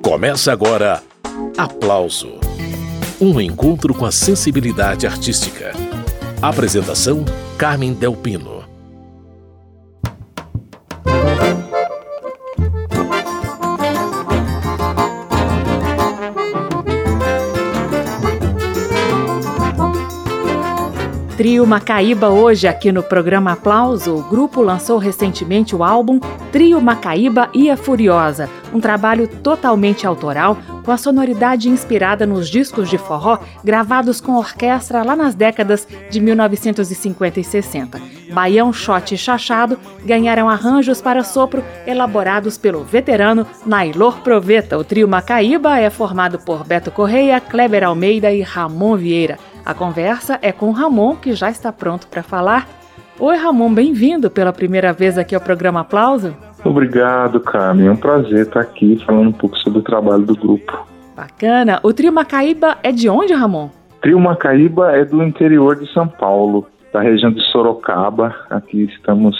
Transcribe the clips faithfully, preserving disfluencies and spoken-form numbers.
Começa agora Aplauso, um encontro com a sensibilidade artística. Apresentação: Carmen Del Pino. Trio Macaíba hoje aqui no programa Aplauso. O grupo lançou recentemente o álbum Trio Macaíba e a Furiosa, um trabalho totalmente autoral, com a sonoridade inspirada nos discos de forró gravados com orquestra lá nas décadas de mil novecentos e cinquenta e sessenta. Baião, Xote e Chachado ganharam arranjos para sopro elaborados pelo veterano Nailor Proveta. O Trio Macaíba é formado por Beto Correia, Kleber Almeida e Ramon Vieira. A conversa é com o Ramon, que já está pronto para falar. Oi, Ramon, bem-vindo pela primeira vez aqui ao programa Aplauso. Obrigado, Carmen. É um prazer estar aqui falando um pouco sobre o trabalho do grupo. Bacana. O Trio Macaíba é de onde, Ramon? O Trio Macaíba é do interior de São Paulo, da região de Sorocaba. Aqui estamos...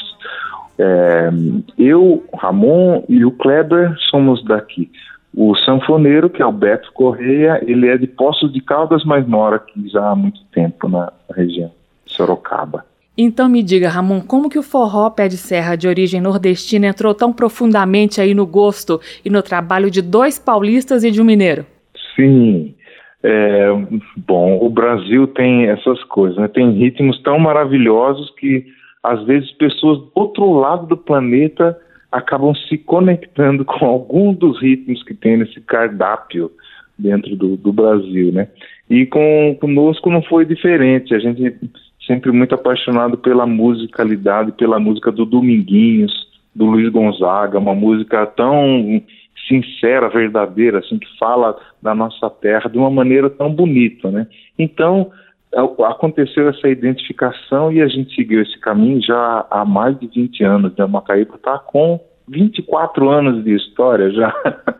É, eu, Ramon e o Kleber somos daqui. O sanfoneiro, que é o Beto Correia, ele é de Poços de Caldas, mas mora aqui já há muito tempo na região de Sorocaba. Então me diga, Ramon, como que o forró pé de serra de origem nordestina entrou tão profundamente aí no gosto e no trabalho de dois paulistas e de um mineiro? Sim, é, bom, o Brasil tem essas coisas, né? Tem ritmos tão maravilhosos que às vezes pessoas do outro lado do planeta acabam se conectando com algum dos ritmos que tem nesse cardápio dentro do, do Brasil, né? E com, conosco não foi diferente. A gente sempre muito apaixonado pela musicalidade, pela música do Dominguinhos, do Luiz Gonzaga, uma música tão sincera, verdadeira, assim, que fala da nossa terra de uma maneira tão bonita, né? Então, aconteceu essa identificação e a gente seguiu esse caminho já há mais de vinte anos. A Macaíba está com vinte e quatro anos de história já.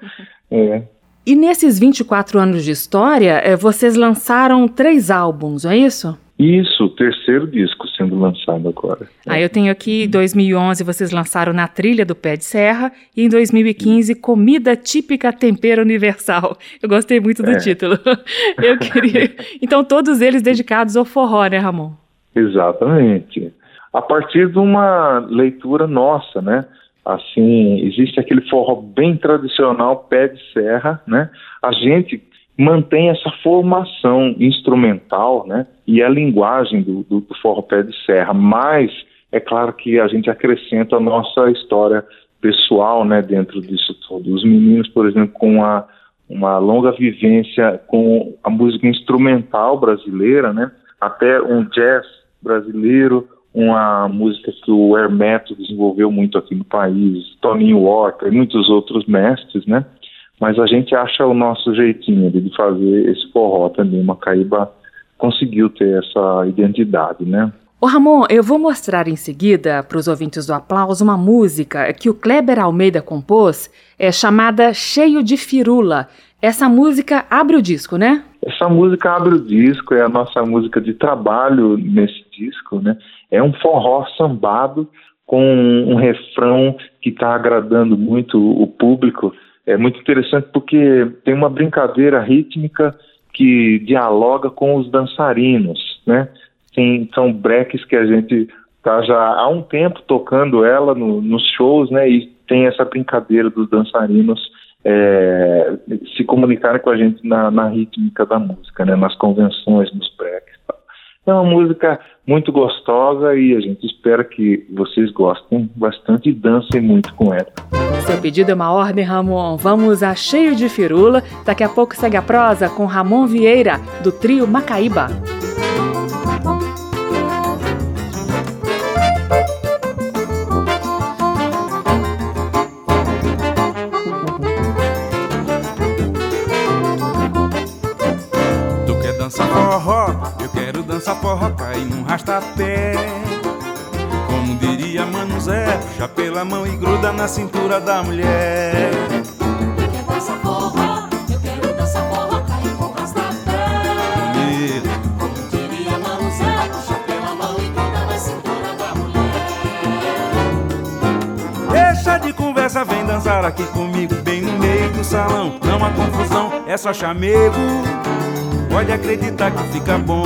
É. E nesses vinte e quatro anos de história, vocês lançaram três álbuns, não é isso? Isso, o terceiro disco sendo lançado agora. Ah, eu tenho aqui, em dois mil e onze, vocês lançaram Na Trilha do Pé de Serra, e em dois mil e quinze, Comida Típica Tempero Universal. Eu gostei muito do é. título. Eu queria... Então, todos eles dedicados ao forró, né, Ramon? Exatamente. A partir de uma leitura nossa, né? Assim, existe aquele forró bem tradicional, pé de serra, né? A gente mantém essa formação instrumental, né, e a linguagem do, do, do forró pé de serra, mas é claro que a gente acrescenta a nossa história pessoal, né, dentro disso tudo. Os meninos, por exemplo, com a, uma longa vivência com a música instrumental brasileira, né, até um jazz brasileiro, uma música que o Hermeto desenvolveu muito aqui no país, Toninho Horta e muitos outros mestres, né. Mas a gente acha o nosso jeitinho de fazer esse forró também. Macaíba conseguiu ter essa identidade, né? Ô Ramon, eu vou mostrar em seguida para os ouvintes do Aplauso uma música que o Kleber Almeida compôs, é chamada Cheio de Firula. Essa música abre o disco, né? Essa música abre o disco, é a nossa música de trabalho nesse disco, né? É um forró sambado com um refrão que está agradando muito o público. É muito interessante porque tem uma brincadeira rítmica que dialoga com os dançarinos, né? Tem, são breaks que a gente está já há um tempo tocando ela no, nos shows, né? E tem essa brincadeira dos dançarinos é, se comunicarem com a gente na, na rítmica da música, né? Nas convenções, nos breaks. É uma música muito gostosa e a gente espera que vocês gostem bastante e dancem muito com ela. Seu pedido é uma ordem, Ramon. Vamos a Cheio de Firula. Daqui a pouco segue a prosa com Ramon Vieira, do Trio Macaíba. Tu quer dançar forró? Eu quero dançar forró, cair num rastapé. Como diria Mano Zé, puxa pela mão e gruda na cintura da mulher. Eu quero dançar forró, eu quero dançar forró, cair com rastapé. Como diria Mano Zé, puxa pela mão e gruda na cintura da mulher. Deixa de conversa, vem dançar aqui comigo bem no meio. do salão, não há confusão, é só chamego. Pode acreditar que fica bom.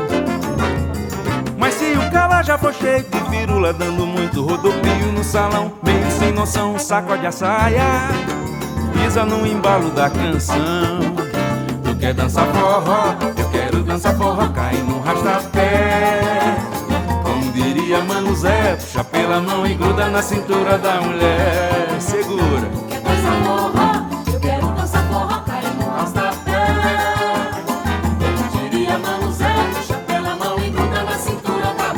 Mas se o cala já for cheio de firula, dando muito rodopio no salão, meio sem noção, sacode a saia, pisa no embalo da canção. Tu quer dançar forró, eu quero dançar forró, cai no rastapé. Como diria Mano Zé, puxa pela mão e gruda na cintura da mulher. Segura. Quer dançar forró, eu quero dançar forró, cai no rastapé. Como diria Mano Zé, puxa pela mão e gruda na cintura da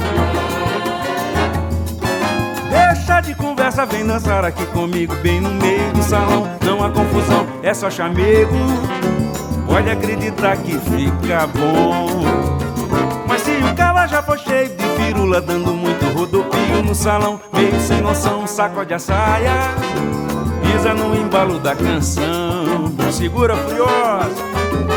mulher. Deixa de conversa, vem dançar aqui comigo, bem no meio do salão. Não há confusão, é só chamego. Pode acreditar que fica bom. Mas se o cala já for cheio de firula, dando muito rodopio no salão, meio sem noção, sacode a saia, pisa no embalo da canção. Segura, furiosa.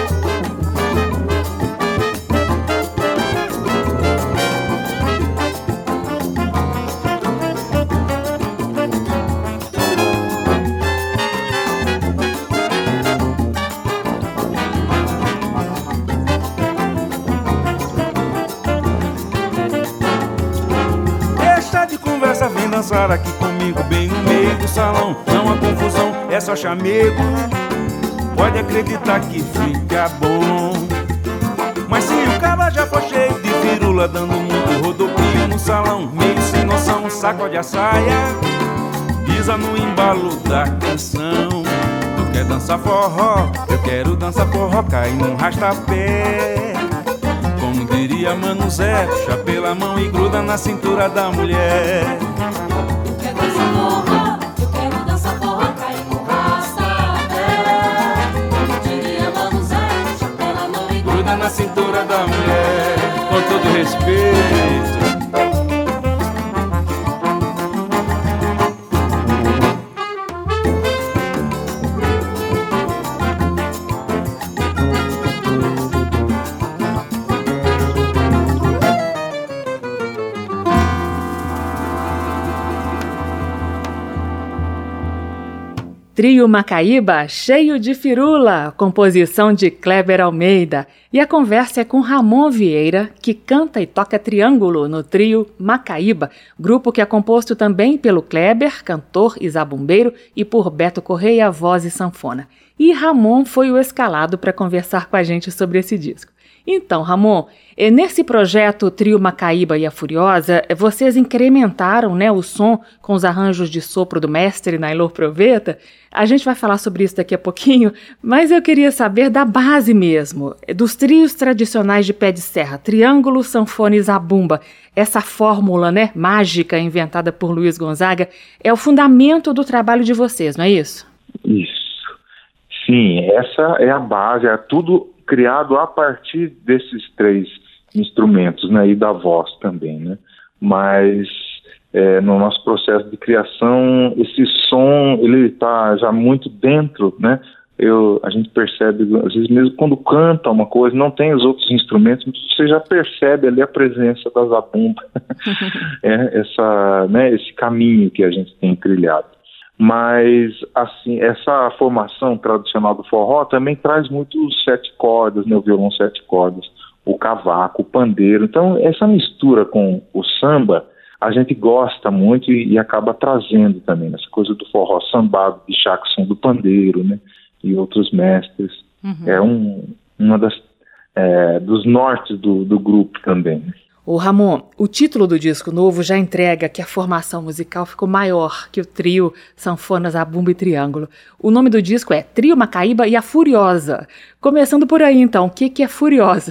Vem dançar aqui comigo, bem no meio do salão. Não há confusão, é só chamego. Pode acreditar que fica bom. Mas se o caba já for cheio de firula, dando muito rodopio no salão, meio sem noção, sacode a saia, pisa no embalo da canção. Tu quer dançar forró, eu quero dançar forró, cai num rastapé. Como diria Mano Zé, puxa pela mão e gruda na cintura da mulher. Quer dançar forró, eu quero dançar forró, cai no rastapé. Como diria Mano Zé, puxa pela mão e gruda na cintura da mulher. Com todo respeito. Trio Macaíba, cheio de firula, composição de Kleber Almeida. E a conversa é com Ramon Vieira, que canta e toca triângulo no trio Macaíba, grupo que é composto também pelo Kleber, cantor e zabumbeiro, e por Beto Correia, voz e sanfona. E Ramon foi o escalado para conversar com a gente sobre esse disco. Então, Ramon, nesse projeto Trio Macaíba e a Furiosa, vocês incrementaram, né, o som com os arranjos de sopro do mestre Nailor Proveta. A gente vai falar sobre isso daqui a pouquinho, mas eu queria saber da base mesmo, dos trios tradicionais de pé de serra, triângulo, sanfona e zabumba. Essa fórmula, né, mágica inventada por Luiz Gonzaga é o fundamento do trabalho de vocês, não é isso? Isso. Sim, essa é a base, é tudo criado a partir desses três instrumentos, né, e da voz também, né, mas é, no nosso processo de criação, esse som, ele está já muito dentro, né, eu, a gente percebe, às vezes mesmo quando canta uma coisa, não tem os outros instrumentos, você já percebe ali a presença da zabumba, é, essa, né, esse caminho que a gente tem trilhado. Mas, assim, essa formação tradicional do forró também traz muito os sete cordas, né, o violão sete cordas, o cavaco, o pandeiro. Então, essa mistura com o samba, a gente gosta muito e, e acaba trazendo também essa coisa do forró sambado, de Jackson do pandeiro, né, e outros mestres. Uhum. É um uma das, é, dos nortes do, do grupo também, né. Ô Ramon, o título do disco novo já entrega que a formação musical ficou maior que o trio sanfona, zabumba e triângulo. O nome do disco é Trio Macaíba e a Furiosa. Começando por aí então, o que, que é Furiosa?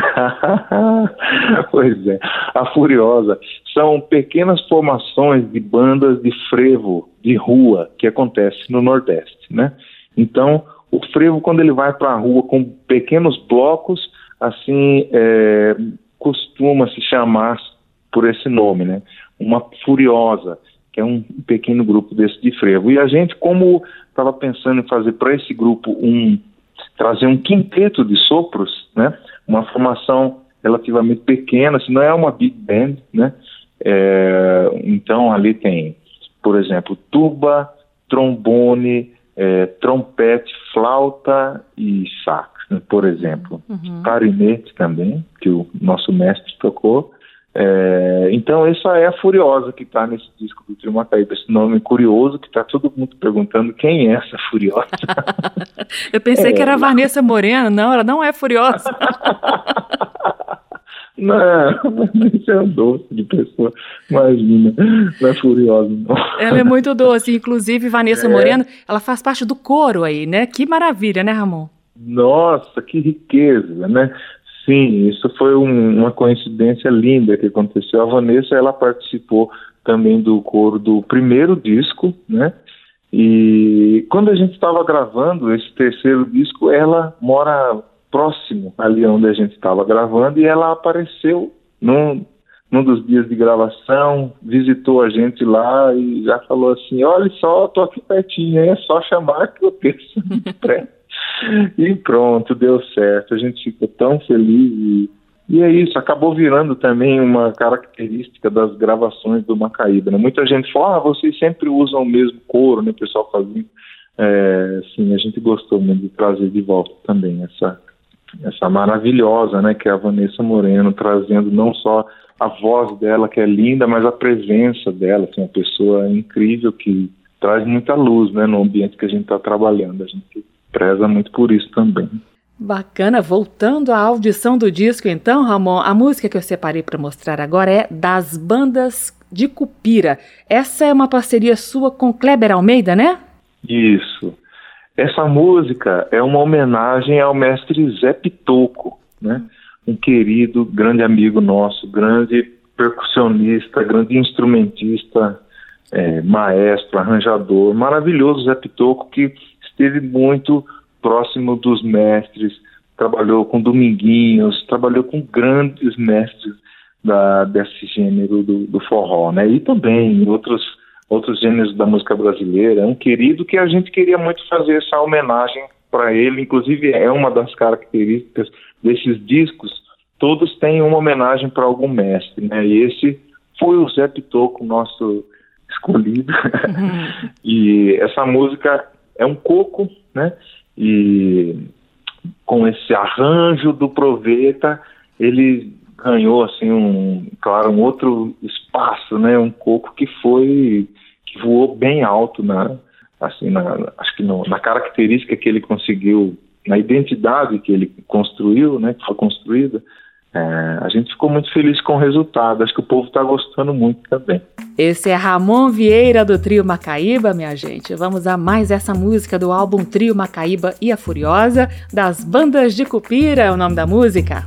Pois é, a Furiosa são pequenas formações de bandas de frevo, de rua, que acontece no Nordeste, né? Então, o frevo, quando ele vai para a rua com pequenos blocos, assim, é... costuma se chamar por esse nome, né? Uma Furiosa, que é um pequeno grupo desse de frevo. E a gente, como estava pensando em fazer para esse grupo um trazer um quinteto de sopros, né? Uma formação relativamente pequena, assim, não é uma big band, né? É, então ali tem, por exemplo, tuba, trombone, é, trompete, flauta e sax, né, por exemplo. Uhum. Clarinete também, que o nosso mestre tocou. É, então essa é a Furiosa que está nesse disco do Trio Macaíba, esse nome curioso que está todo mundo perguntando quem é essa Furiosa. Eu pensei é, que era a Vanessa Moreno. Não, ela não é Furiosa. Não, isso é um doce de pessoa, imagina, não é Furiosa não. Ela é muito doce, inclusive Vanessa é. Moreno, ela faz parte do coro aí, né? Que maravilha, né, Ramon? Nossa, que riqueza, né? Sim, isso foi um, uma coincidência linda que aconteceu. A Vanessa, ela participou também do coro do primeiro disco, né? E quando a gente estava gravando esse terceiro disco, ela mora próximo ali onde a gente estava gravando e ela apareceu num, num dos dias de gravação, visitou a gente lá e já falou assim, olha só, tô aqui pertinho, é só chamar que eu tenho pré. E pronto, deu certo, a gente ficou tão feliz e, e é isso, acabou virando também uma característica das gravações do Macaíba, né? Muita gente fala, ah, vocês sempre usam o mesmo coro, né, o pessoal fazendo, é, sim, a gente gostou muito de trazer de volta também essa, essa maravilhosa, né, que é a Vanessa Moreno, trazendo não só a voz dela, que é linda, mas a presença dela, assim, uma pessoa incrível que traz muita luz, né, no ambiente que a gente está trabalhando, a gente preza muito por isso também. Bacana, voltando à audição do disco então, Ramon, a música que eu separei para mostrar agora é Das Bandas de Cupira. Essa é uma parceria sua com Kleber Almeida, né? Isso. Essa música é uma homenagem ao mestre Zé Pitoco, né? Um querido, grande amigo nosso, grande percussionista, grande instrumentista, é, maestro, arranjador, maravilhoso Zé Pitoco, que esteve muito próximo dos mestres, trabalhou com Dominguinhos, trabalhou com grandes mestres da, desse gênero do, do forró, né? E também outros, outros gêneros da música brasileira. É um querido que a gente queria muito fazer essa homenagem para ele, inclusive é uma das características desses discos, todos têm uma homenagem para algum mestre, né? E esse foi o Zé Pitoco, nosso escolhido. Uhum. E essa música é um coco, né? E com esse arranjo do Proveta, ele ganhou assim um, claro, um outro espaço, né? Um coco que foi que voou bem alto na, assim, na, acho que no, na característica que ele conseguiu, na identidade que ele construiu, né? Que foi construída. É, a gente ficou muito feliz com o resultado, acho que o povo está gostando muito também. Esse é Ramon Vieira do Trio Macaíba, minha gente. Vamos a mais essa música do álbum Trio Macaíba e a Furiosa, Das Bandas de Cupira, é o nome da música.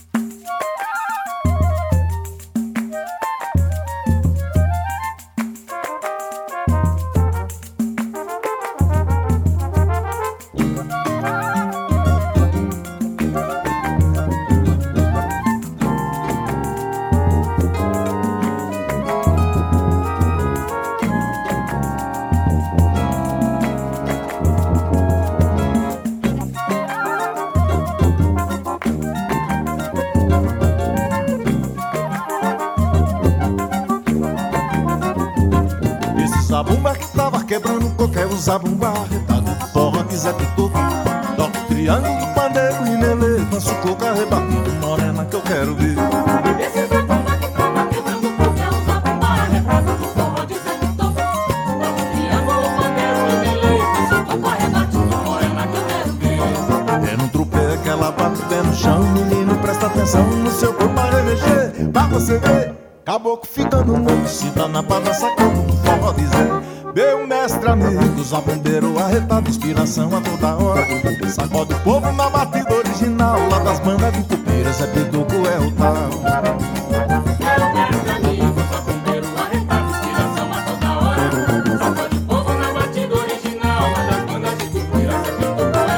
Zabumba, retado, forró que Zé Pitoco, toca o triângulo, pandeiro e melê, danço coca, rebatido, morena que eu quero ver. Esse zabumba que tava quebrando o coco é o zabumba, retado do forró de Zé Pitoco, toca o triângulo, pandeiro e melê, danço coca, rebatido, morena que eu quero ver. É num tropé que ela bate o pé no chão, menino, presta atenção no seu corpo a remexer, pra você ver, caboclo ficando louco, se dá na balança como no forró de Zé. Meu mestre amigo, zabumbeiro arretado, inspiração a toda hora. Sacode o povo na batida original, lá das bandas de Cupira, Zé Pitoco é o tal. Meu mestre amigo, zabumbeiro arretado, inspiração a toda hora. Sacode o povo na batida original, lá das bandas de Cupira, Zé Pitoco é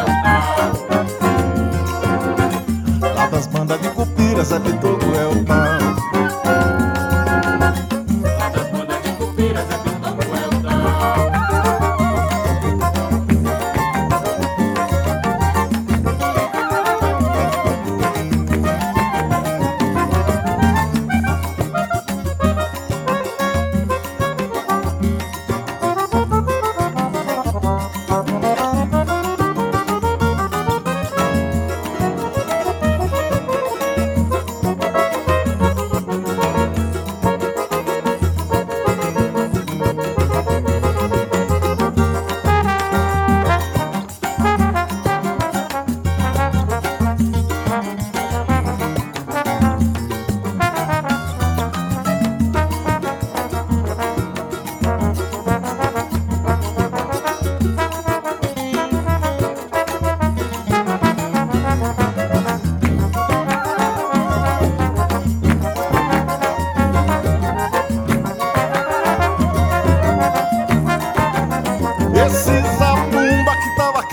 o tal. Lá das bandas de Cupira, Zé Pitoco é o tal.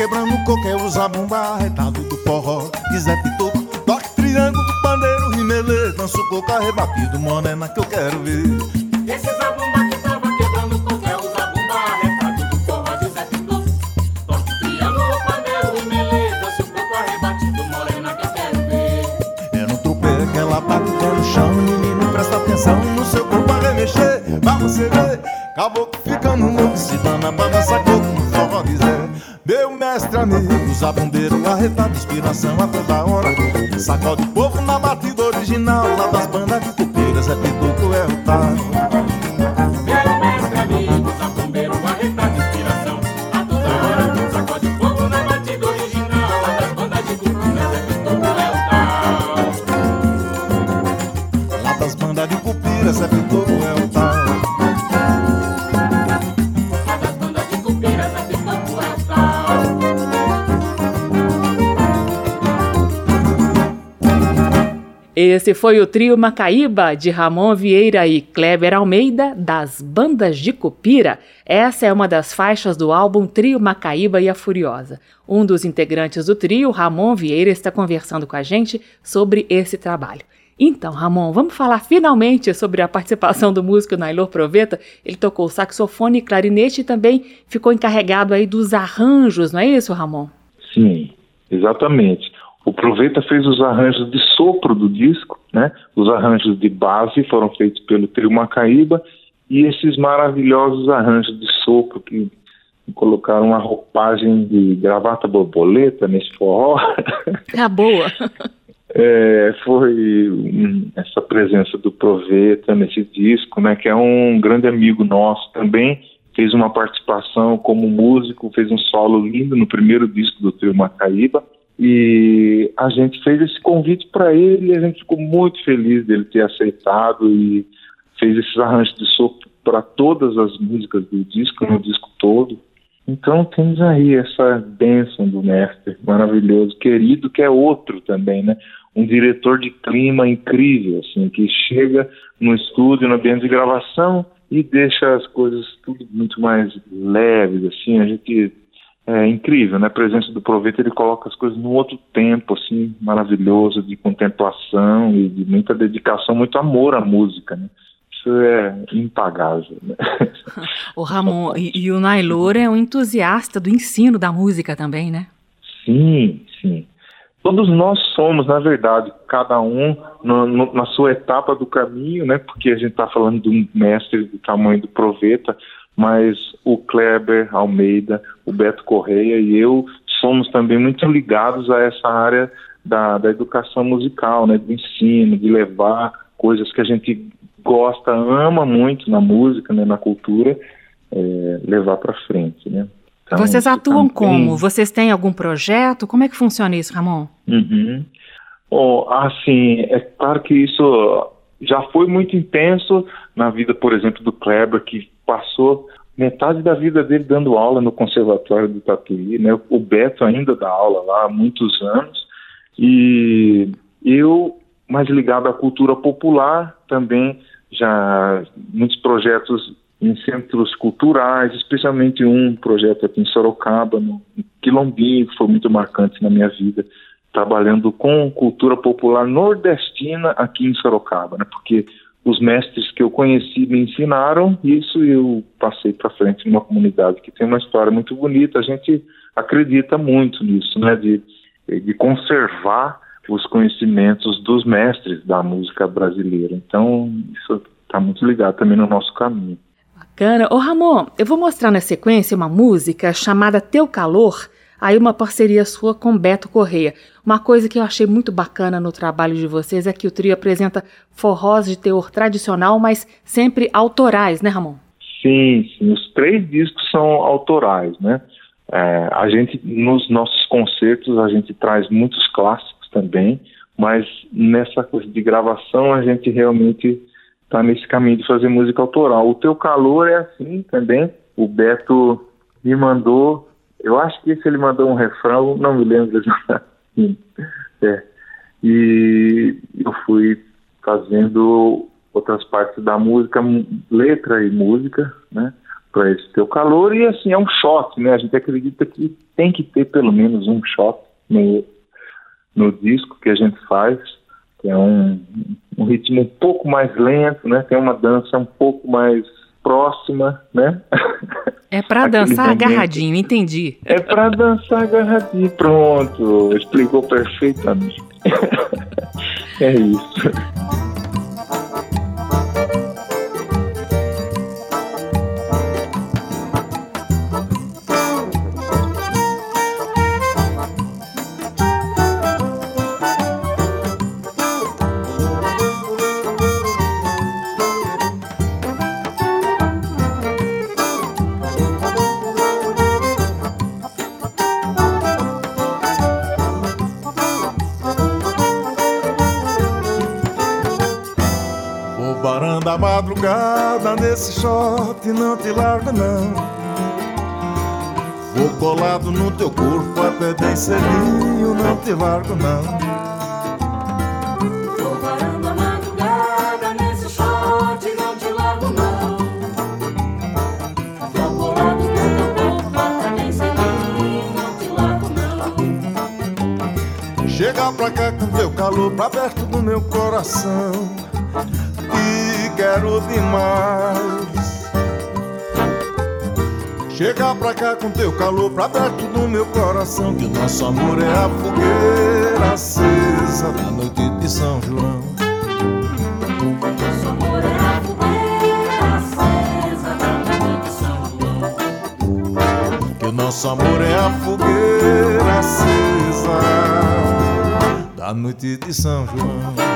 quebrando coco, é o zabumba arretado do forró de Zé Pitoco. Toque triângulo, pandeiro, rimelê, danço coco arrebatido, morena que eu quero ver. Esse zabumba que tava quebrando coco é o zabumba arretado do forró de Zé Pitoco. Toque triângulo, pandeiro, rimelê, danço coco arrebatido, morena que eu quero ver. É no tropé que ela bate o pé no chão, menino, presta atenção no seu corpo a remexer. Pra você ver, caboclo ficando louco, se dana pra dançar coco no forró de Zé. Meu mestre amigo, zabumbeiro arretado, inspiração a toda hora. Sacode o povo na batida original, lá das bandas de copeiras, é Pitoco, é o tal. Meu mestre amigo, zabumbeiro arretado, inspiração a toda hora. Sacode o povo na batida original, lá das bandas de copeiras, é Pitoco, é o tal. Lá das bandas de copeiras, é Pitoco, é o tal. Esse foi o trio Macaíba, de Ramon Vieira e Kleber Almeida, das Bandas de Cupira. Essa é uma das faixas do álbum Trio Macaíba e a Furiosa. Um dos integrantes do trio, Ramon Vieira, está conversando com a gente sobre esse trabalho. Então, Ramon, vamos falar finalmente sobre a participação do músico Naylor Proveta. Ele tocou saxofone e clarinete e também ficou encarregado aí dos arranjos, não é isso, Ramon? Sim, exatamente. O Proveta fez os arranjos de sopro do disco, né? Os arranjos de base foram feitos pelo trio Macaíba e esses maravilhosos arranjos de sopro que colocaram uma roupagem de gravata borboleta nesse forró. É boa. É, foi hum, essa presença do Proveta nesse disco, né? Que é um grande amigo nosso também. Fez uma participação como músico, fez um solo lindo no primeiro disco do trio Macaíba. E a gente fez esse convite para ele e a gente ficou muito feliz dele ter aceitado e fez esses arranjos de sopro para todas as músicas do disco, no disco todo. Então temos aí essa bênção do mestre maravilhoso, querido, que é outro também, né? Um diretor de clima incrível, assim, que chega no estúdio, no ambiente de gravação e deixa as coisas tudo muito mais leves, assim, a gente... É incrível, né? A presença do Proveta, ele coloca as coisas num outro tempo, assim, maravilhoso, de contemplação e de muita dedicação, muito amor à música, né? Isso é impagável, né? O Ramon, e, e o Naylor é um entusiasta do ensino da música também, né? Sim, sim. Todos nós somos, na verdade, cada um no, no, na sua etapa do caminho, né? Porque a gente está falando de um mestre do tamanho do Proveta, mas o Kleber Almeida, o Beto Correia e eu somos também muito ligados a essa área da, da educação musical, né, do ensino, de levar coisas que a gente gosta, ama muito na música, né, na cultura, é, levar para frente, né. Então, vocês atuam também... como? Vocês têm algum projeto? Como é que funciona isso, Ramon? Uhum. Oh, assim, é claro que isso já foi muito intenso na vida, por exemplo, do Kleber, que passou metade da vida dele dando aula no Conservatório do Tatuí, né? O Beto ainda dá aula lá há muitos anos, e eu, mais ligado à cultura popular, também já muitos projetos em centros culturais, especialmente um projeto aqui em Sorocaba, no Quilombinho, que foi muito marcante na minha vida, trabalhando com cultura popular nordestina aqui em Sorocaba, né? Porque os mestres que eu conheci me ensinaram isso e eu passei para frente numa comunidade que tem uma história muito bonita. A gente acredita muito nisso, né, de, de conservar os conhecimentos dos mestres da música brasileira. Então, isso está muito ligado também no nosso caminho. Bacana. Ô Ramon, eu vou mostrar na sequência uma música chamada Teu Calor, aí uma parceria sua com Beto Correia. Uma coisa que eu achei muito bacana no trabalho de vocês é que o trio apresenta forrós de teor tradicional, mas sempre autorais, né, Ramon? Sim, sim. Os três discos são autorais, né? É, a gente, nos nossos concertos, a gente traz muitos clássicos também, mas nessa coisa de gravação a gente realmente está nesse caminho de fazer música autoral. O Teu Calor é assim também. O Beto me mandou... Eu acho que esse ele mandou um refrão, não me lembro exatamente. É. E eu fui fazendo outras partes da música, letra e música, né, para esse Teu Calor, e assim, é um shot, né? A gente acredita que tem que ter pelo menos um shot no, no disco que a gente faz, que é um, um ritmo um pouco mais lento, né? Tem uma dança um pouco mais próxima, né? É para dançar momento. Agarradinho, entendi. É para dançar agarradinho, pronto, explicou perfeitamente. É isso. Da madrugada nesse shot não te largo não. Vou colado no teu corpo até bem cedinho, não te largo não. Vou varando a madrugada nesse shot não te largo não. Vou colado no teu corpo até bem cedinho, não te largo não. Chega pra cá com teu calor pra perto do meu coração, quero demais. Chega pra cá com teu calor pra perto do meu coração, que o nosso amor é a fogueira acesa da noite de São João. Nosso amor é a fogueira acesa da noite de São João. Que o nosso amor é a fogueira acesa da noite de São João.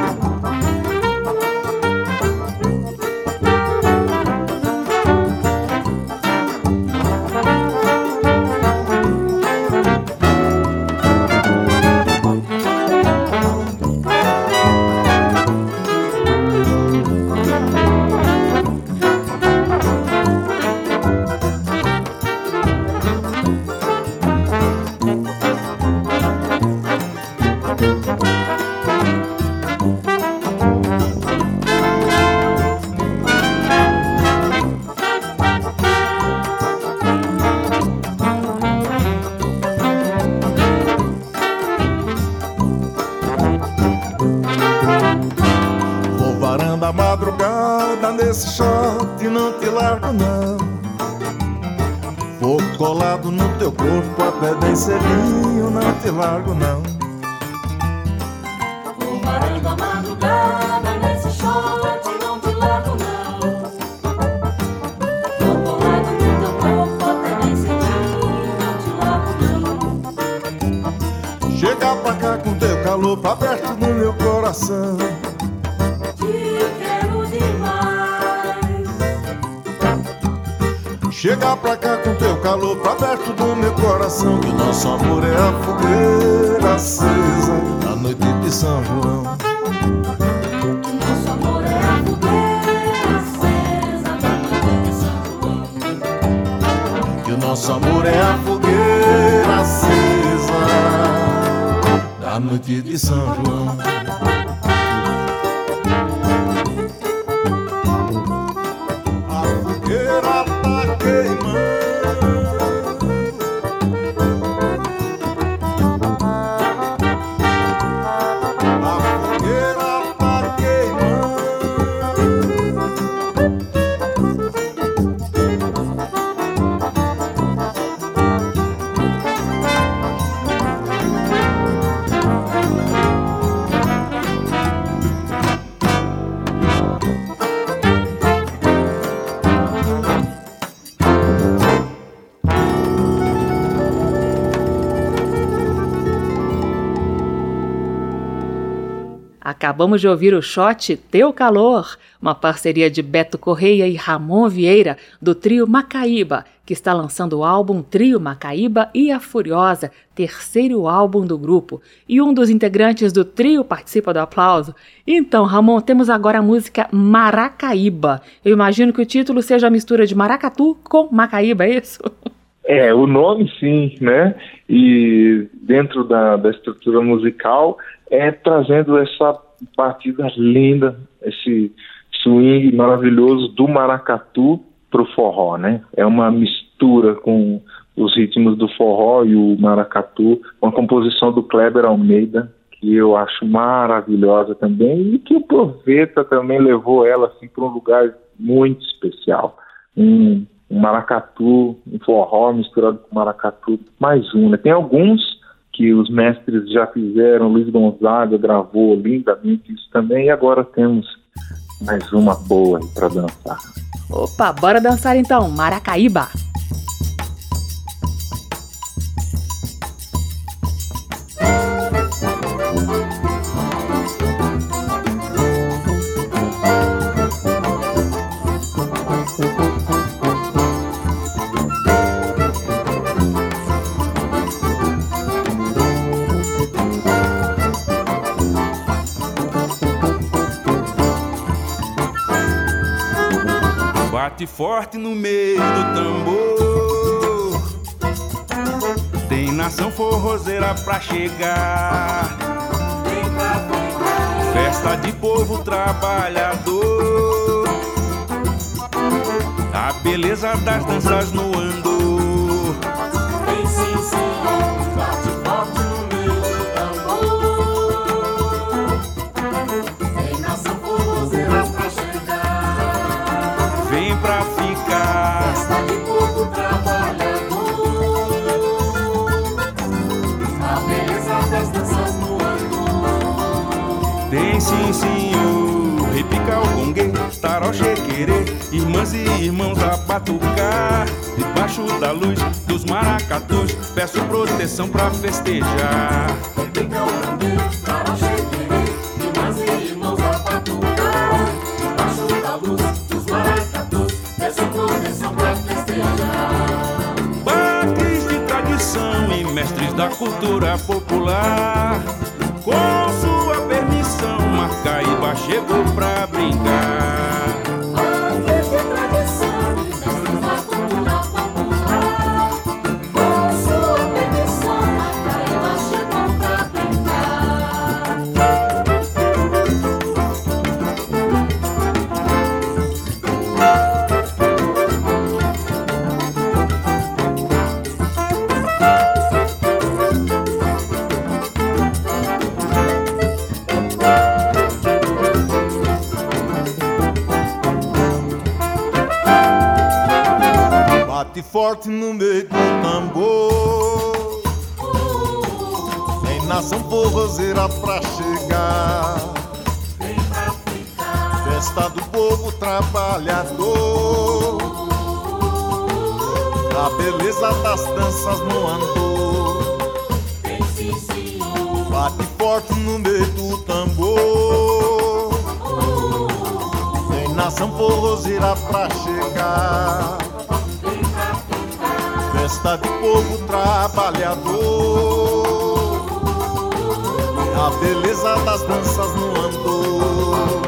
Nesse shot não te largo não. Vou colado no teu corpo até bem cedinho, não te largo não. Vou varando a madrugada nesse shot não te largo não. Vou colado no teu corpo até bem cedinho, não te largo não. Chega pra cá com teu calor pra perto do meu coração, te quero demais. Chega pra cá com teu calor pra perto do meu coração, que o nosso amor é a fogueira acesa da noite de São João. Que nosso amor é a fogueira acesa da noite de São João. Que o nosso amor é a fogueira acesa da noite de São João. Acabamos de ouvir o shot Teu Calor, uma parceria de Beto Correia e Ramon Vieira, do trio Macaíba, que está lançando o álbum Trio Macaíba e a Furiosa, terceiro álbum do grupo. E um dos integrantes do trio participa do aplauso. Então, Ramon, temos agora a música Maracaíba. Eu imagino que o título seja a mistura de maracatu com Macaíba, é isso? É, o nome sim, né? E dentro da, da estrutura musical, é trazendo essa batida linda, esse swing maravilhoso do maracatu, para o forró, né? É uma mistura com os ritmos do forró e o maracatu, uma composição do Kleber Almeida, que eu acho maravilhosa também, e que o Proveta também levou ela assim, para um lugar muito especial. Um, um maracatu, um forró misturado com maracatu, mais um, né? Tem alguns que os mestres já fizeram, Luiz Gonzaga gravou lindamente isso também, e agora temos mais uma boa para dançar. Opa, bora dançar então, Maracaíba! Bate forte no meio do tambor, tem nação forrozeira pra chegar, festa de povo trabalhador, a beleza das danças no andor. Vem sim, senhor, bate forte no meio do tambor, tem nação forrozeira pra chegar, vem pra ficar, festa de povo trabalhador, a beleza das danças no andor. tem sim senhor, repica o gongue, tarol chequerê, irmãs e irmãos a batucar, debaixo da luz dos maracatus, peço proteção pra festejar. Repica o gongue, tarol chequerê, irmãs e irmãos a batucar, debaixo da luz dos maracatus, peço proteção pra festejar. Baques de tradição e mestres da cultura popular, com sua permissão, Macaíba chegou pra brincar. Baques de tradição e mestres da cultura popular, com sua permissão, Macaíba chegou pra Bate forte no meio do tambor, tem nação forrozeira pra chegar, festa do povo trabalhador, a beleza das danças no andor. Bate forte no meio do tambor, tem nação forrozeira pra chegar, festa de povo trabalhador, a beleza das danças no andor.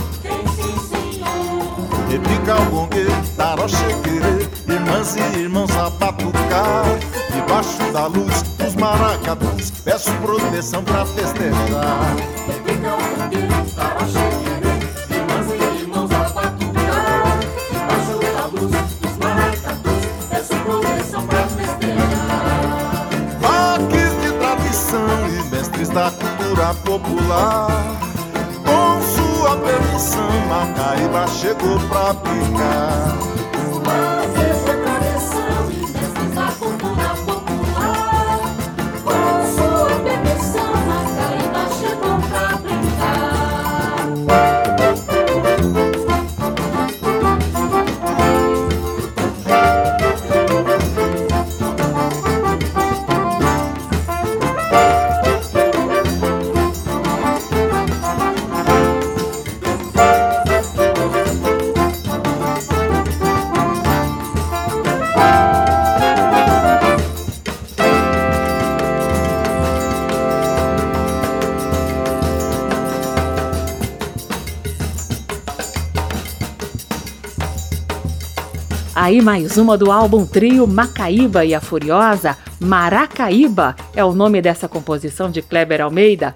Repica o gongue, tarol chequerê, irmãs e irmãos a batucar, debaixo da luz dos maracatus, peço proteção pra festejar. Repica o gongue, tarol chequerê, irmãs e irmãos a batucar, debaixo da luz dos maracatus, peço proteção pra festejar. Baques de tradição e mestres da cultura popular, com sua permissão, Macaíba chegou pra brincar. Baques de tradição e mestres da cultura popular, com sua permissão, Macaíba chegou pra brincar. Aí mais uma do álbum Trio Macaíba e a Furiosa, Maracaíba é o nome dessa composição de Kleber Almeida.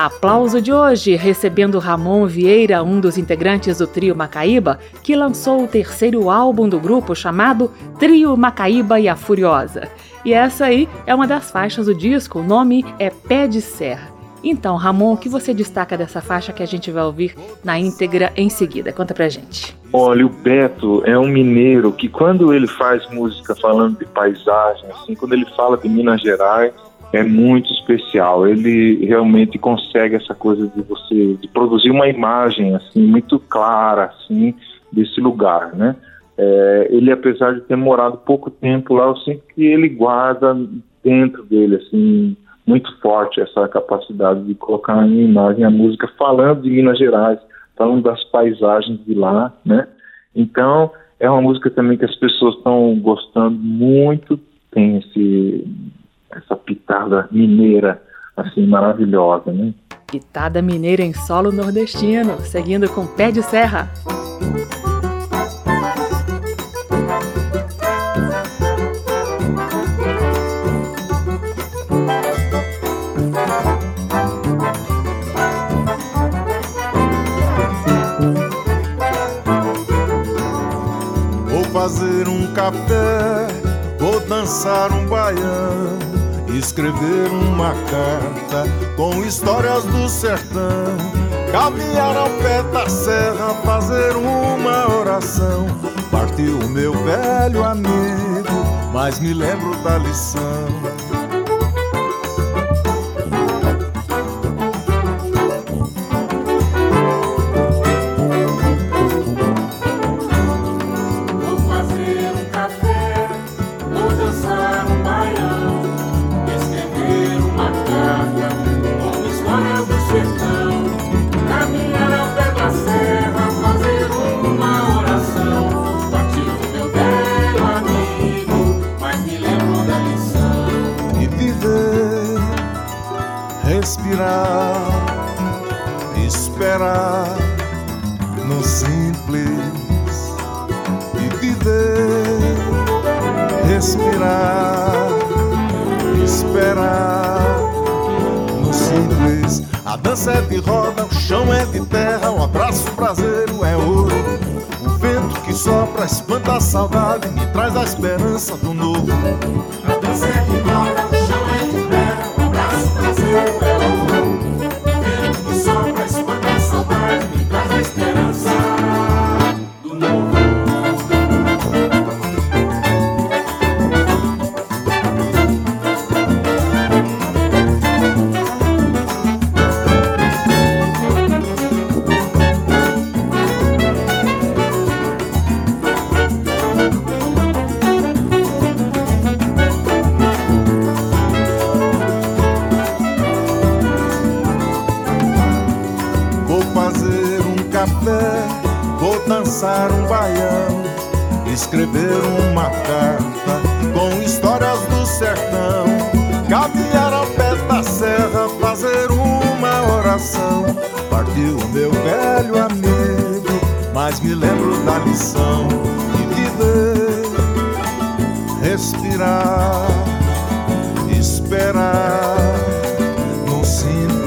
Aplauso de hoje, recebendo Ramon Vieira, um dos integrantes do Trio Macaíba, que lançou o terceiro álbum do grupo chamado Trio Macaíba e a Furiosa. E essa aí é uma das faixas do disco, o nome é Pé de Serra. Então, Ramon, o que você destaca dessa faixa que a gente vai ouvir na íntegra em seguida? Conta pra gente. Olha, o Beto é um mineiro que quando ele faz música falando de paisagem, assim, quando ele fala de Minas Gerais, é muito especial. Ele realmente consegue essa coisa de você de produzir uma imagem assim muito clara assim desse lugar, né? É, ele, apesar de ter morado pouco tempo lá, eu sinto que ele guarda dentro dele assim muito forte essa capacidade de colocar em imagem a música falando de Minas Gerais, falando das paisagens de lá, né? Então é uma música também que as pessoas estão gostando muito, tem esse essa pitada mineira, assim, maravilhosa, né? Pitada mineira em solo nordestino, seguindo com Pé de Serra. Vou fazer um café, vou dançar um baião, escrever uma carta com histórias do sertão, caminhar ao pé da serra, fazer uma oração. Partiu o meu velho amigo, mas me lembro da lição. Respirar, esperar no simples e viver. Respirar, esperar no simples. A dança é de roda, o chão é de terra, o abraço brasileiro é ouro. O vento que sopra espanta a saudade, me traz a esperança do novo. A dança é de roda, o chão é de terra, o abraço brasileiro é ouro. O vento que sopra espanta a saudade, me traz a esperança do novo. Vou dançar um baião, escrever uma carta com histórias do sertão, caminhar ao pé da serra, fazer uma oração. Partiu o meu velho amigo, mas me lembro da lição de viver, respirar, esperar no simples.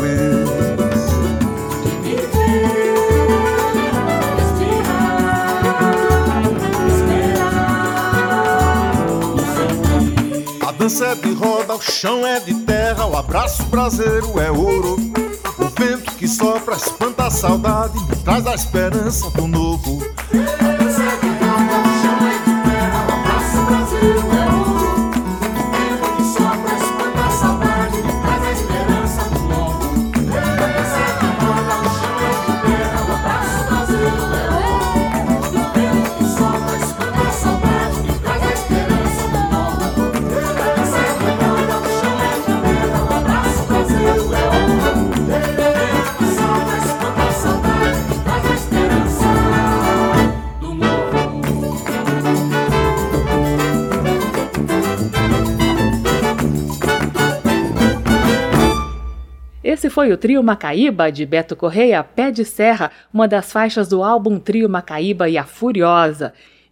A dança é de roda, o chão é de terra, o abraço brasileiro é ouro. O vento que sopra espanta a saudade, me traz a esperança do novo. A dança é de roda, o chão é de terra, o abraço brasileiro é ouro. O vento que sopra espanta a saudade, me traz a esperança do novo. A dança é de roda, o chão é de terra, o abraço brasileiro é ouro. O vento que sopra espanta a saudade, me traz a esperança do novo. Esse foi o Trio Macaíba, de Beto Correia, Pé de Serra, uma das faixas do álbum Trio Macaíba e a Furiosa.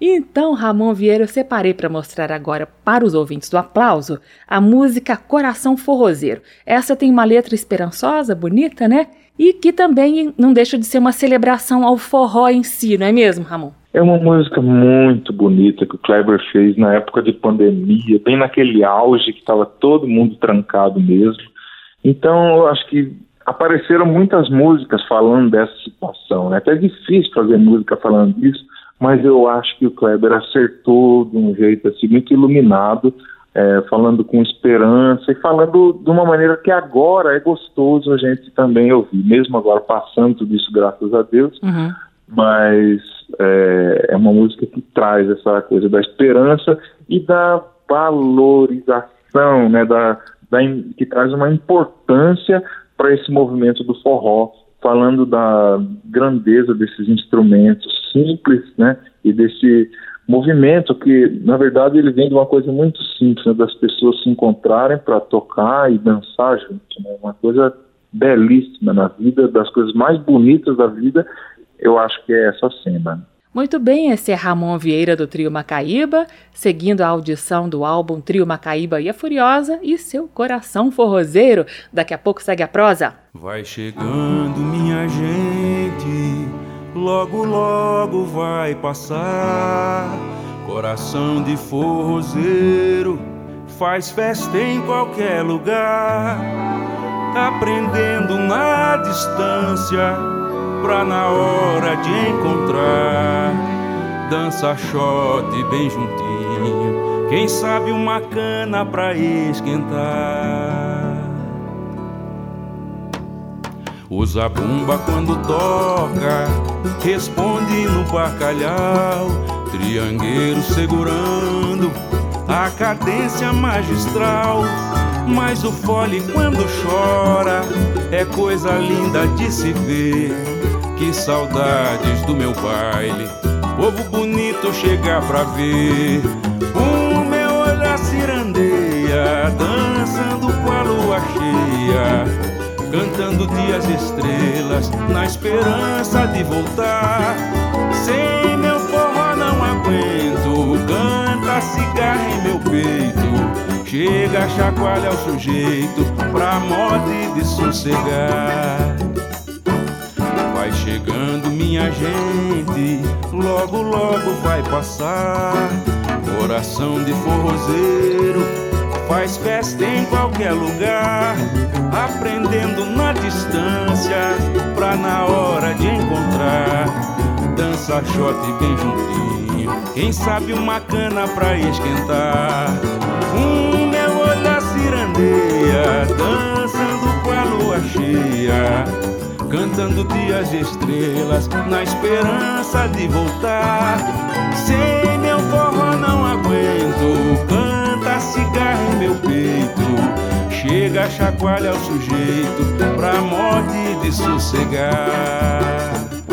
Então, Ramon Vieira, eu separei para mostrar agora para os ouvintes do Aplauso a música Coração Forrozeiro. Essa tem uma letra esperançosa, bonita, né? E que também não deixa de ser uma celebração ao forró em si, não é mesmo, Ramon? É uma música muito bonita que o Kleber fez na época de pandemia, bem naquele auge que estava todo mundo trancado mesmo. Então, eu acho que apareceram muitas músicas falando dessa situação, né? Até é difícil fazer música falando disso, mas eu acho que o Kleber acertou de um jeito assim, muito iluminado, é, falando com esperança e falando de uma maneira que agora é gostoso a gente também ouvir, mesmo agora passando tudo isso, graças a Deus, uhum. mas é, é uma música que traz essa coisa da esperança e da valorização, né, da, da, que traz uma importância para esse movimento do forró, falando da grandeza desses instrumentos simples, né, e desse movimento que, na verdade, ele vem de uma coisa muito simples, né, das pessoas se encontrarem para tocar e dançar junto, né, uma coisa belíssima na vida, das coisas mais bonitas da vida, eu acho que é essa cena. Muito bem, esse é Ramon Vieira do Trio Macaíba, seguindo a audição do álbum Trio Macaíba e a Furiosa e Seu Coração Forrozeiro. Daqui a pouco segue a prosa. Vai chegando minha gente, logo logo vai passar. Coração de forrozeiro, faz festa em qualquer lugar. Aprendendo na distância, pra na hora de encontrar, dança shot bem juntinho, quem sabe uma cana pra esquentar. Usa bumba quando toca, responde no bacalhau, triangueiro segurando a cadência magistral. Mas o fole quando chora é coisa linda de se ver. Que saudades do meu baile, povo bonito chegar pra ver. O meu olhar cirandeia, dançando com a lua cheia, cantando dias estrelas, na esperança de voltar. Sem meu forró não aguento, canta cigarra em meu peito, chega, chacoalha o sujeito, pra morte de sossegar. Vai chegando minha gente, logo logo vai passar. Coração de forrozeiro, faz festa em qualquer lugar. Aprendendo na distância, pra na hora de encontrar, dança shot bem juntinho, quem sabe uma cana pra esquentar. Um meu olhar cirandeia, dançando com a lua cheia, cantando dias de estrelas, na esperança de voltar. Sem meu forró não aguento, canta cigarra em meu peito, chega, chacoalha o sujeito, pra morte de sossegar.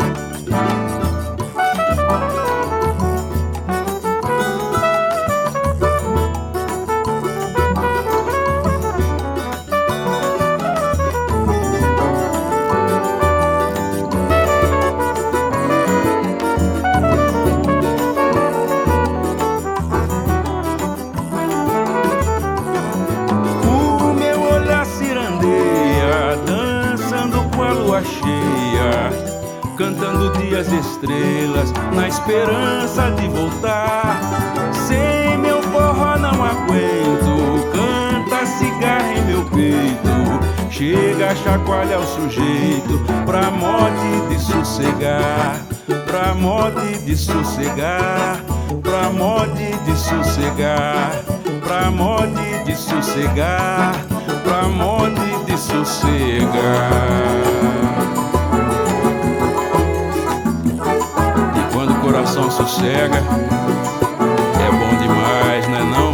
Cantando dias estrelas, na esperança de voltar. Sem meu forró não aguento, canta cigarra em meu peito, chega, chacoalha o sujeito, pra morte de sossegar, pra morte de sossegar, pra morte de sossegar, pra morte de sossegar, pra morte de sossegar. O coração sossega, é bom demais, não é não?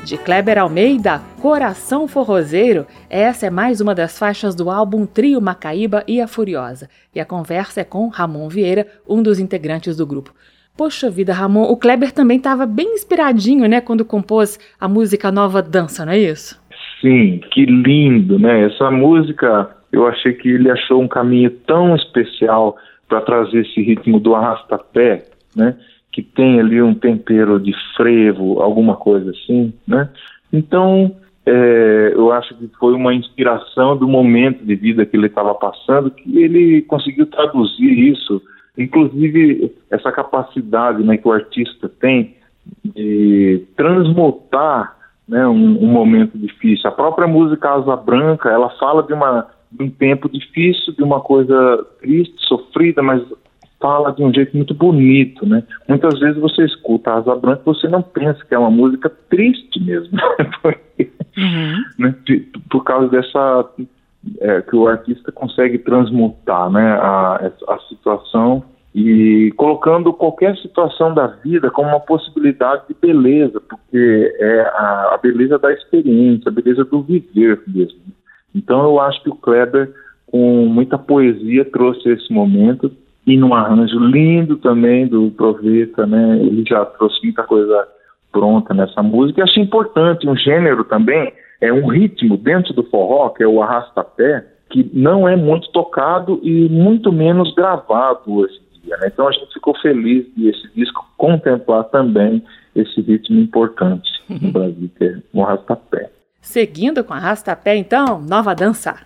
De Kleber Almeida, Coração Forrozeiro, essa é mais uma das faixas do álbum Trio Macaíba e a Furiosa. E a conversa é com Ramon Vieira, um dos integrantes do grupo. Poxa vida, Ramon, o Kleber também estava bem inspiradinho, né, quando compôs a música Nova Dança, não é isso? Sim, que lindo, né? Essa música, eu achei que ele achou um caminho tão especial para trazer esse ritmo do arrastapé, né? Que tem ali um tempero de frevo, alguma coisa assim, né? Então, é, eu acho que foi uma inspiração do momento de vida que ele estava passando, que ele conseguiu traduzir isso, inclusive essa capacidade, né, que o artista tem de transmutar, né, um, um momento difícil. A própria música Asa Branca, ela fala de, uma, de um tempo difícil, de uma coisa triste, sofrida, mas fala de um jeito muito bonito, né? Muitas vezes você escuta a Asa Branca e você não pensa que é uma música triste mesmo, Porque, uhum. né, de, por causa dessa, é, que o artista consegue transmutar, né, a, a situação e colocando qualquer situação da vida como uma possibilidade de beleza, porque é a, a beleza da experiência, a beleza do viver mesmo. Então eu acho que o Kleber, com muita poesia, trouxe esse momento. E num arranjo lindo também do Proveta, né? Ele já trouxe muita coisa pronta nessa música. E achei importante um gênero também, é um ritmo dentro do forró, que é o arrastapé, que não é muito tocado e muito menos gravado hoje em dia, né? Então a gente ficou feliz de esse disco contemplar também esse ritmo importante no Brasil, que é o arrastapé. Seguindo com arrastapé, então, Nova Dança.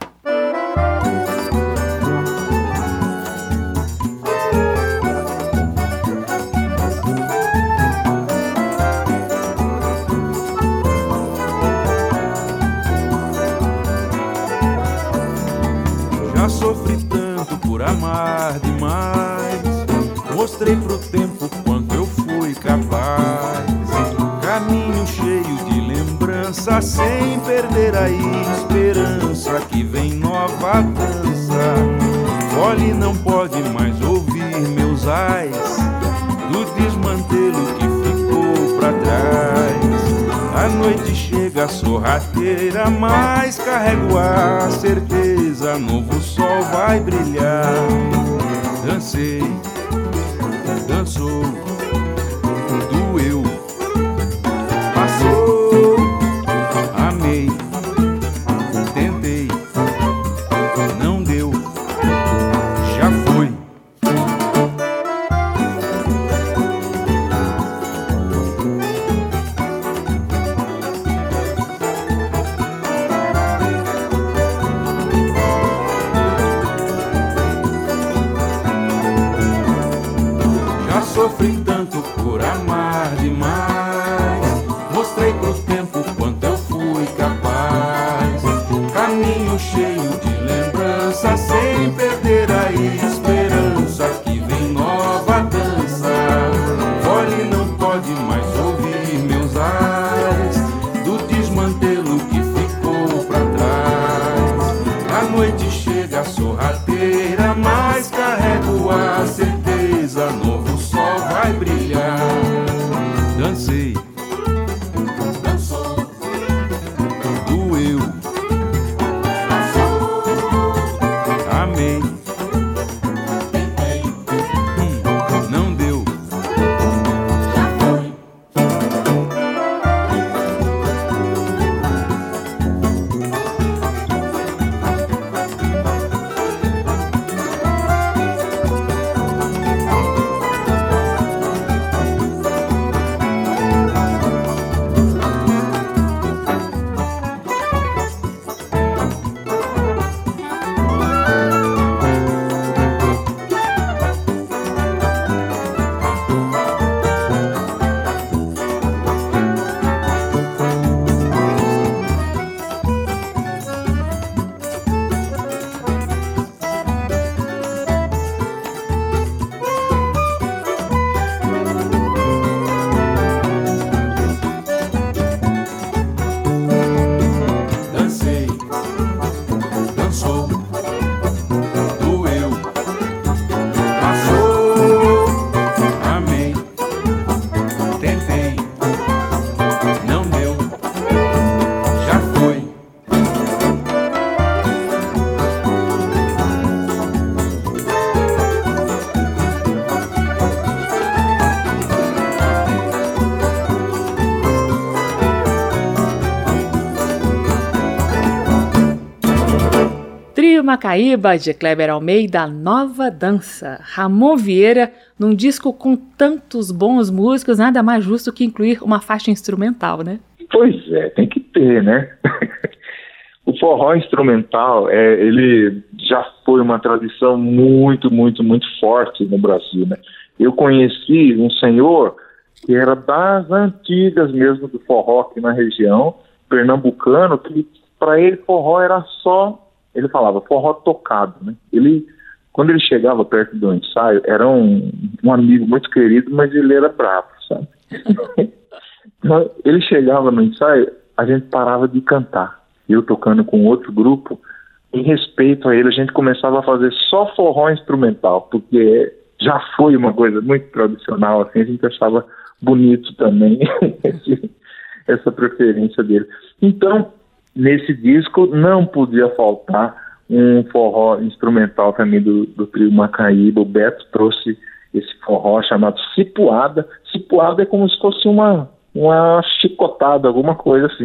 Sofri tanto por amar demais, mostrei pro tempo quanto eu fui capaz. Caminho cheio de lembrança, sem perder a esperança que vem nova dança. Fole não pode mais ouvir meus ais do desmantelo que ficou pra trás. A noite chega sorrateira, mas carrego a certeza, novo sol vai brilhar. Dancei, dançou, doeu, passou, amei, tentei, não deu, já foi. Sofri tanto por amar demais, mostrei pro tempo quanto eu fui capaz. Caminho cheio de lembrança, sem perder a esperança que vem nova dança. Fole não pode mais ouvir meus ais do desmantelo que ficou pra trás. A noite chega sorrateira, mas carrego a certeza, novo sol vai brilhar. Dancei, dançou, doeu, passou, amei, tentei, hum, não deu, já foi. Macaíba, de Kleber Almeida, Nova Dança. Ramon Vieira, num disco com tantos bons músicos, nada mais justo que incluir uma faixa instrumental, né? Pois é, tem que ter, né? O forró instrumental, é, ele já foi uma tradição muito, muito, muito forte no Brasil, né? Eu conheci um senhor que era das antigas mesmo do forró aqui na região, pernambucano, que para ele forró era só, ele falava forró tocado, né? Ele, quando ele chegava perto do ensaio, era um, um amigo muito querido, mas ele era bravo, sabe? Ele chegava no ensaio, a gente parava de cantar. Eu tocando com outro grupo, em respeito a ele, a gente começava a fazer só forró instrumental, porque já foi uma coisa muito tradicional, assim, a gente achava bonito também esse, essa preferência dele. Então, nesse disco não podia faltar um forró instrumental também do, do trio Macaíba. O Beto trouxe esse forró chamado Cipuada. Cipuada é como se fosse uma, uma chicotada, alguma coisa assim.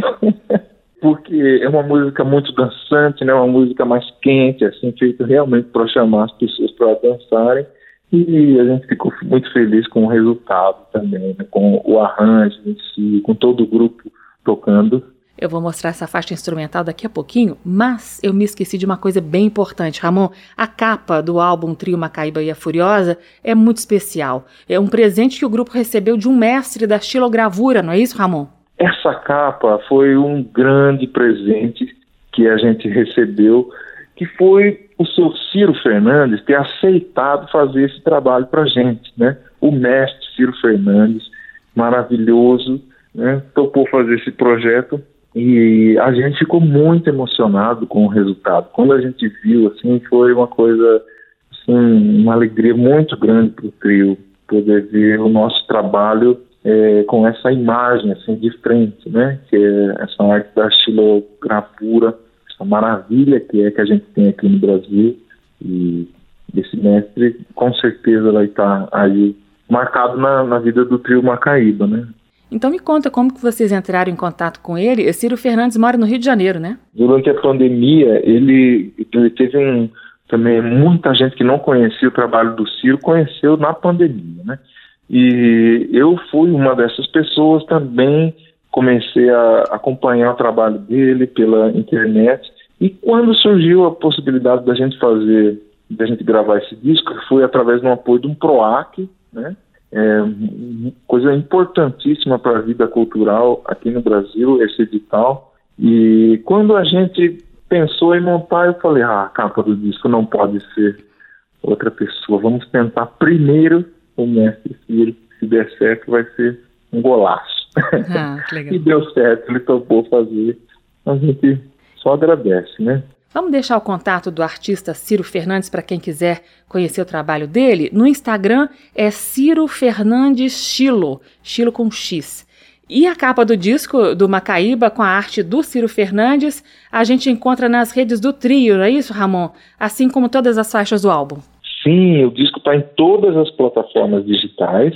Porque é uma música muito dançante, né? Uma música mais quente, assim, feita realmente para chamar as pessoas para dançarem. E a gente ficou muito feliz com o resultado também, né? Com o arranjo em si, com todo o grupo tocando. Eu vou mostrar essa faixa instrumental daqui a pouquinho, mas eu me esqueci de uma coisa bem importante, Ramon. A capa do álbum Trio Macaíba e a Furiosa é muito especial. É um presente que o grupo recebeu de um mestre da xilogravura, não é isso, Ramon? Essa capa foi um grande presente que a gente recebeu, que foi o seu Ciro Fernandes ter aceitado fazer esse trabalho pra gente, né? O mestre Ciro Fernandes, maravilhoso, né? Topou fazer esse projeto e a gente ficou muito emocionado com o resultado. Quando a gente viu, assim, foi uma coisa, assim, uma alegria muito grande pro trio poder ver o nosso trabalho É, com essa imagem assim de frente, né, que é essa arte da xilogravura, essa maravilha que é que a gente tem aqui no Brasil, e esse mestre com certeza vai estar aí marcado na, na vida do trio Macaíba, né. Então me conta como que vocês entraram em contato com ele. O Ciro Fernandes mora no Rio de Janeiro, né? Durante a pandemia, ele, ele teve um, também muita gente que não conhecia o trabalho do Ciro, conheceu na pandemia, né. E eu fui uma dessas pessoas também, comecei a acompanhar o trabalho dele pela internet, e quando surgiu a possibilidade da gente fazer, da gente gravar esse disco, foi através do apoio de um PROAC, né? É, coisa importantíssima para a vida cultural aqui no Brasil, esse edital. E quando a gente pensou em montar, eu falei, ah, a capa do disco não pode ser outra pessoa, vamos tentar primeiro o mestre Ciro, se der certo vai ser um golaço. Ah, que legal. E deu certo, ele topou fazer, a gente só agradece, né? Vamos deixar o contato do artista Ciro Fernandes para quem quiser conhecer o trabalho dele. No Instagram é Ciro Fernandes Chilo, Chilo com X. E a capa do disco do Macaíba com a arte do Ciro Fernandes a gente encontra nas redes do trio, não é isso, Ramon? Assim como todas as faixas do álbum. Sim, o disco está em todas as plataformas digitais,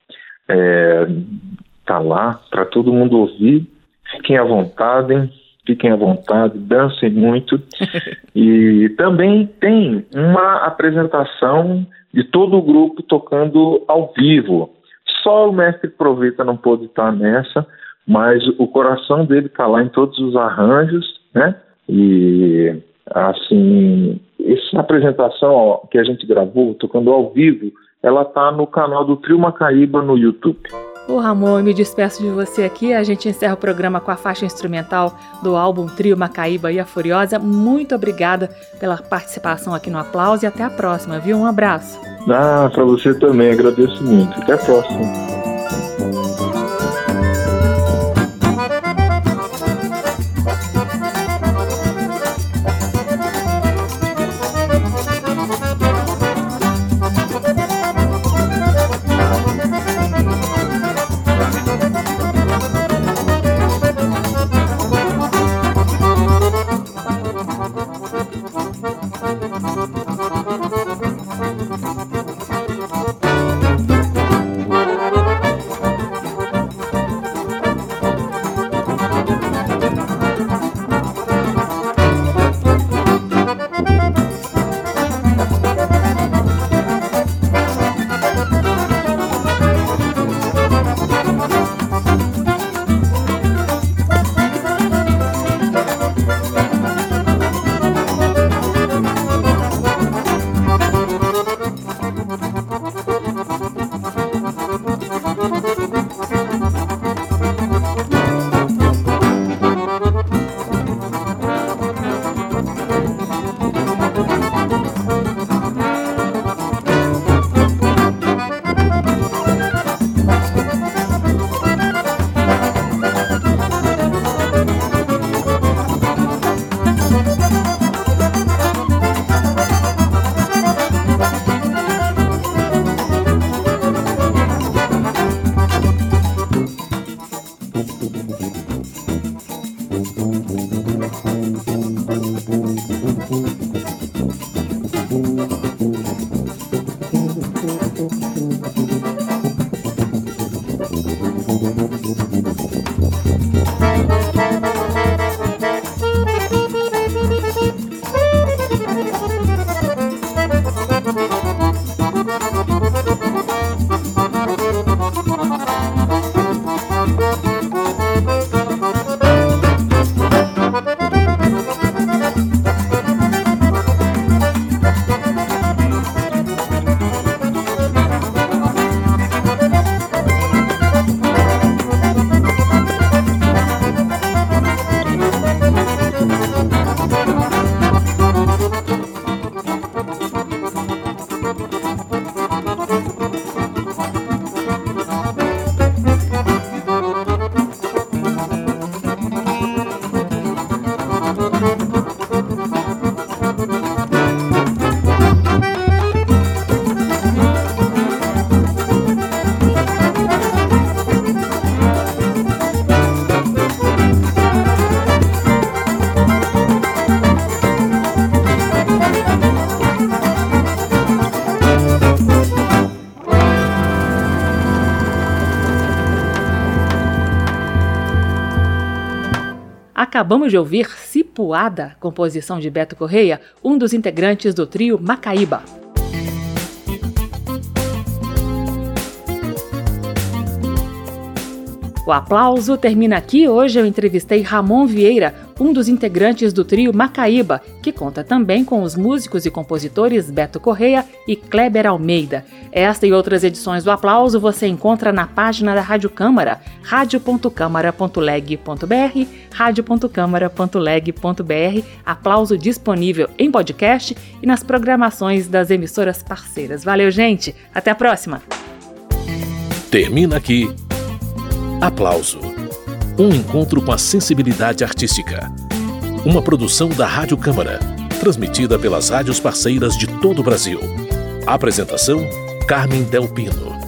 é, tá lá para todo mundo ouvir. Fiquem à vontade, fiquem à vontade, dancem muito. E também tem uma apresentação de todo o grupo tocando ao vivo. Só o mestre Proveta não pôde estar nessa, mas o coração dele está lá em todos os arranjos, né? E assim, essa apresentação ó, que a gente gravou, tocando ao vivo, ela tá no canal do Trio Macaíba no YouTube. Ô Ramon, eu me despeço de você aqui. A gente encerra o programa com a faixa instrumental do álbum Trio Macaíba e a Furiosa. Muito obrigada pela participação aqui no Aplauso e até a próxima, viu? Um abraço. Ah, para você também, agradeço muito. Até a próxima. Acabamos de ouvir Cipuada, composição de Beto Correia, um dos integrantes do trio Macaíba. O aplauso termina aqui. Hoje eu entrevistei Ramon Vieira, um dos integrantes do trio Macaíba, que conta também com os músicos e compositores Beto Correia e Kleber Almeida. Esta e outras edições do Aplauso você encontra na página da Rádio Câmara, rádio ponto câmara ponto leg ponto br, rádio ponto câmara ponto leg ponto br. Aplauso disponível em podcast e nas programações das emissoras parceiras. Valeu, gente! Até a próxima! Termina aqui Aplauso, um encontro com a sensibilidade artística. Uma produção da Rádio Câmara, transmitida pelas rádios parceiras de todo o Brasil. Apresentação: Carmen Del Pino.